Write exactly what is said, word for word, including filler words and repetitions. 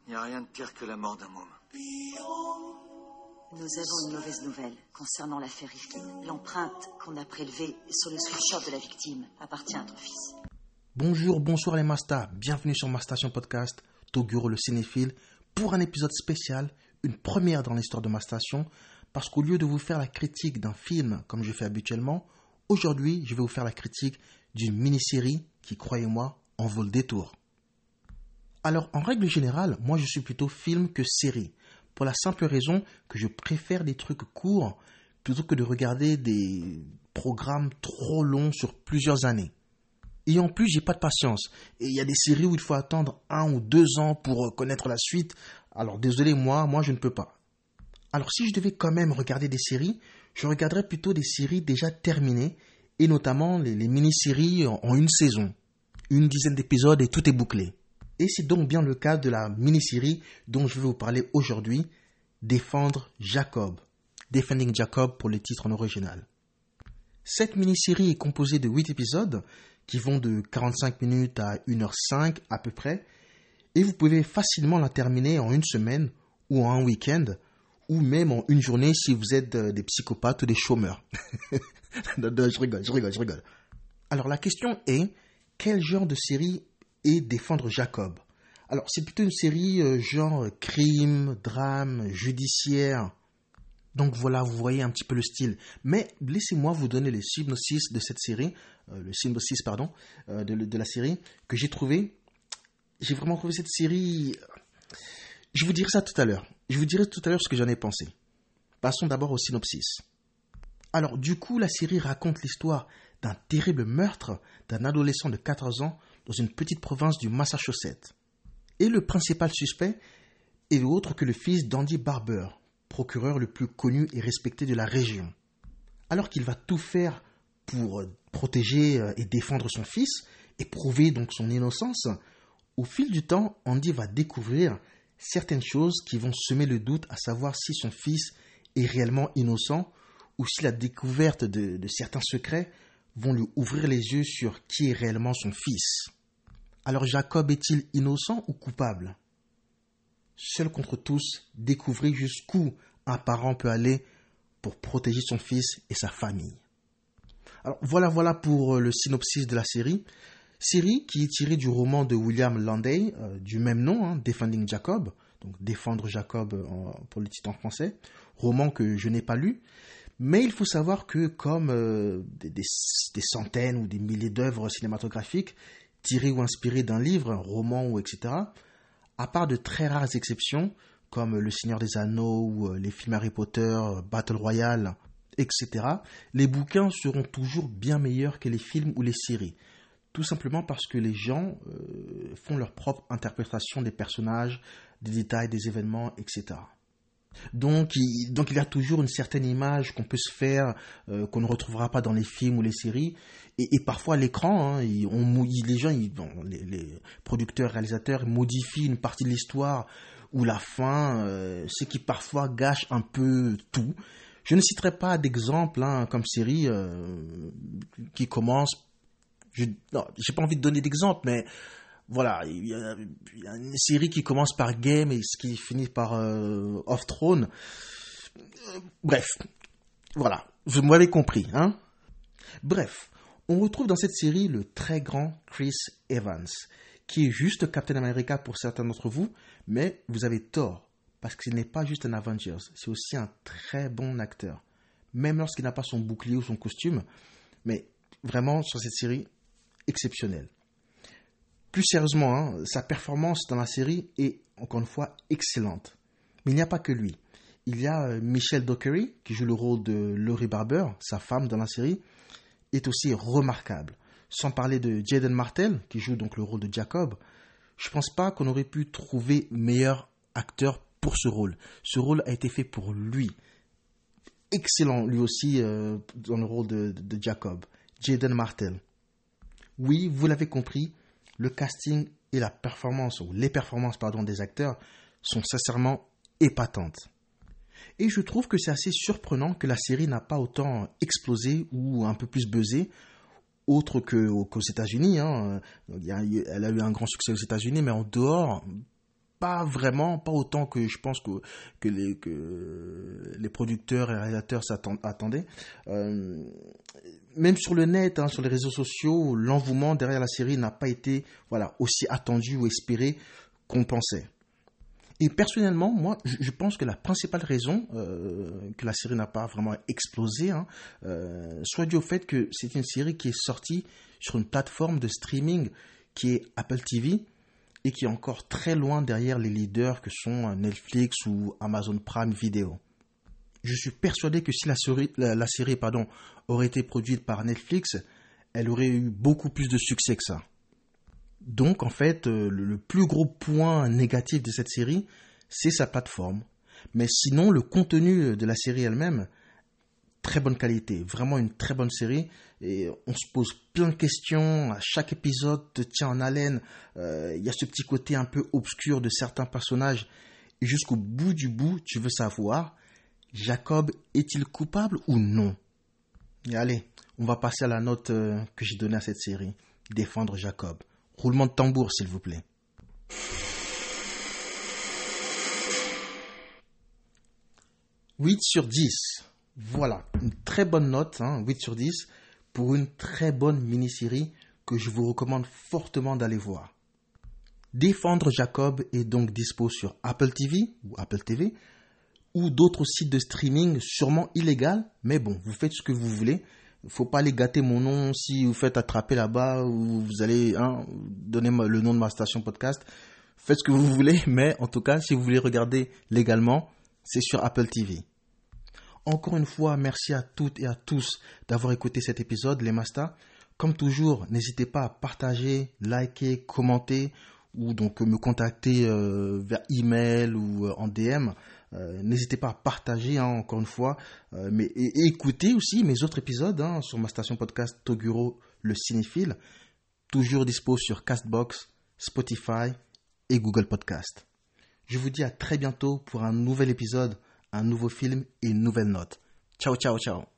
Il n'y a rien de pire que la mort d'un môme. Nous avons une mauvaise nouvelle concernant l'affaire Rifkin. L'empreinte qu'on a prélevée sur le sweatshirt de la victime appartient à ton fils. Bonjour, bonsoir les Mastas. Bienvenue sur ma station podcast, Toguro le cinéphile, pour un épisode spécial, une première dans l'histoire de ma station, parce qu'au lieu de vous faire la critique d'un film comme je fais habituellement, aujourd'hui je vais vous faire la critique d'une mini-série qui, croyez-moi, en vaut le détour. Alors, en règle générale, moi je suis plutôt film que série, pour la simple raison que je préfère des trucs courts plutôt que de regarder des programmes trop longs sur plusieurs années. Et en plus, j'ai pas de patience. Et il y a des séries où il faut attendre un ou deux ans pour connaître la suite. Alors désolé, moi, moi je ne peux pas. Alors si je devais quand même regarder des séries, je regarderais plutôt des séries déjà terminées, et notamment les, les mini-séries en, en une saison. Une dizaine d'épisodes et tout est bouclé. Et c'est donc bien le cas de la mini-série dont je vais vous parler aujourd'hui, Défendre Jacob. Defending Jacob pour le titre en original. Cette mini-série est composée de huit épisodes qui vont de quarante-cinq minutes à une heure cinq à peu près, et vous pouvez facilement la terminer en une semaine ou en un week-end, ou même en une journée si vous êtes des psychopathes ou des chômeurs. non, non, je rigole, je rigole, je rigole. Alors la question est, quel genre de série est Défendre Jacob? Alors c'est plutôt une série euh, genre euh, crime, drame, judiciaire. Donc voilà, vous voyez un petit peu le style. Mais laissez-moi vous donner le synopsis de cette série, euh, le synopsis pardon, euh, de, de la série que j'ai trouvé. J'ai vraiment trouvé cette série. Je vous dirai ça tout à l'heure. Je vous dirai tout à l'heure ce que j'en ai pensé. Passons d'abord au synopsis. Alors du coup, la série raconte l'histoire d'un terrible meurtre d'un adolescent de quatorze ans dans une petite province du Massachusetts. Et le principal suspect est autre que le fils d'Andy Barber, procureur le plus connu et respecté de la région. Alors qu'il va tout faire pour protéger et défendre son fils et prouver donc son innocence, au fil du temps, Andy va découvrir certaines choses qui vont semer le doute à savoir si son fils est réellement innocent ou si la découverte de, de certains secrets vont lui ouvrir les yeux sur qui est réellement son fils. Alors Jacob est-il innocent ou coupable? Seul contre tous, découvrez jusqu'où un parent peut aller pour protéger son fils et sa famille. Alors voilà, voilà pour le synopsis de la série. Série qui est tirée du roman de William Landay, euh, du même nom, hein, Defending Jacob, donc Défendre Jacob en, pour le titre en français, roman que je n'ai pas lu. Mais il faut savoir que comme euh, des, des, des centaines ou des milliers d'œuvres cinématographiques tirées ou inspirées d'un livre, un roman ou et cetera, à part de très rares exceptions, comme Le Seigneur des Anneaux ou les films Harry Potter, Battle Royale, et cetera, les bouquins seront toujours bien meilleurs que les films ou les séries. Tout simplement parce que les gens euh, font leur propre interprétation des personnages, des détails, des événements, et cetera. Donc il, donc il y a toujours une certaine image qu'on peut se faire, euh, qu'on ne retrouvera pas dans les films ou les séries. Et, et parfois à l'écran, hein, ils, on, les gens, ils, bon, les, les producteurs, réalisateurs modifient une partie de l'histoire ou la fin, euh, ce qui parfois gâche un peu tout. Je ne citerai pas d'exemple hein, comme série euh, qui commence. Je n'ai pas envie de donner d'exemple, mais voilà, il y, a, il y a une série qui commence par Game et ce qui finit par euh, Off Throne. Euh, bref, voilà, vous m'avez compris, hein. Bref, on retrouve dans cette série le très grand Chris Evans, qui est juste Captain America pour certains d'entre vous, mais vous avez tort, parce qu'il n'est pas juste un Avengers, c'est aussi un très bon acteur, même lorsqu'il n'a pas son bouclier ou son costume, mais vraiment sur cette série, exceptionnelle. Plus sérieusement, hein, sa performance dans la série est encore une fois excellente. Mais il n'y a pas que lui. Il y a euh, Michelle Dockery, qui joue le rôle de Laurie Barber, sa femme dans la série, est aussi remarquable. Sans parler de Jaden Martell, qui joue donc le rôle de Jacob, je ne pense pas qu'on aurait pu trouver meilleur acteur pour ce rôle. Ce rôle a été fait pour lui. Excellent, lui aussi, euh, dans le rôle de, de, de Jacob. Jaden Martell. Oui, vous l'avez compris, le casting et la performance, ou les performances pardon, des acteurs sont sincèrement épatantes. Et je trouve que c'est assez surprenant que la série n'a pas autant explosé ou un peu plus buzzé, autre que, qu'aux États-Unis. Hein. Il y a, elle a eu un grand succès aux États-Unis, mais en dehors, pas vraiment, pas autant que je pense que, que, les, que les producteurs et réalisateurs s'attendaient. Euh, même sur le net, hein, sur les réseaux sociaux, l'engouement derrière la série n'a pas été voilà, aussi attendu ou espéré qu'on pensait. Et personnellement, moi, je pense que la principale raison euh, que la série n'a pas vraiment explosé, hein, euh, soit due au fait que c'est une série qui est sortie sur une plateforme de streaming qui est Apple T V, et qui est encore très loin derrière les leaders que sont Netflix ou Amazon Prime Video. Je suis persuadé que si la série, la, la série pardon, aurait été produite par Netflix, elle aurait eu beaucoup plus de succès que ça. Donc en fait, le, le plus gros point négatif de cette série, c'est sa plateforme. Mais sinon, le contenu de la série elle-même, très bonne qualité, vraiment une très bonne série, et on se pose plein de questions, à chaque épisode te tient en haleine, euh, il y a ce petit côté un peu obscur de certains personnages, et jusqu'au bout du bout, tu veux savoir, Jacob est-il coupable ou non? Et allez, on va passer à la note euh, que j'ai donnée à cette série, Défendre Jacob. Roulement de tambour, s'il vous plaît. huit sur dix. Voilà, une très bonne note, hein, huit sur dix, pour une très bonne mini-série que je vous recommande fortement d'aller voir. Défendre Jacob est donc dispo sur Apple T V ou Apple T V ou d'autres sites de streaming sûrement illégaux, mais bon, vous faites ce que vous voulez. Il ne faut pas aller gâter mon nom si vous faites attraper là-bas ou vous allez hein, donner le nom de ma station podcast. Faites ce que vous voulez, mais en tout cas, si vous voulez regarder légalement, c'est sur Apple T V. Encore une fois, merci à toutes et à tous d'avoir écouté cet épisode, les Mastas. Comme toujours, n'hésitez pas à partager, liker, commenter ou donc me contacter euh, vers email ou euh, en D M. Euh, n'hésitez pas à partager, hein, encore une fois, euh, mais et, et écoutez aussi mes autres épisodes hein, sur ma station podcast Toguro, le cinéphile, toujours dispo sur Castbox, Spotify et Google Podcast. Je vous dis à très bientôt pour un nouvel épisode, un nouveau film et une nouvelle note. Ciao, ciao, ciao.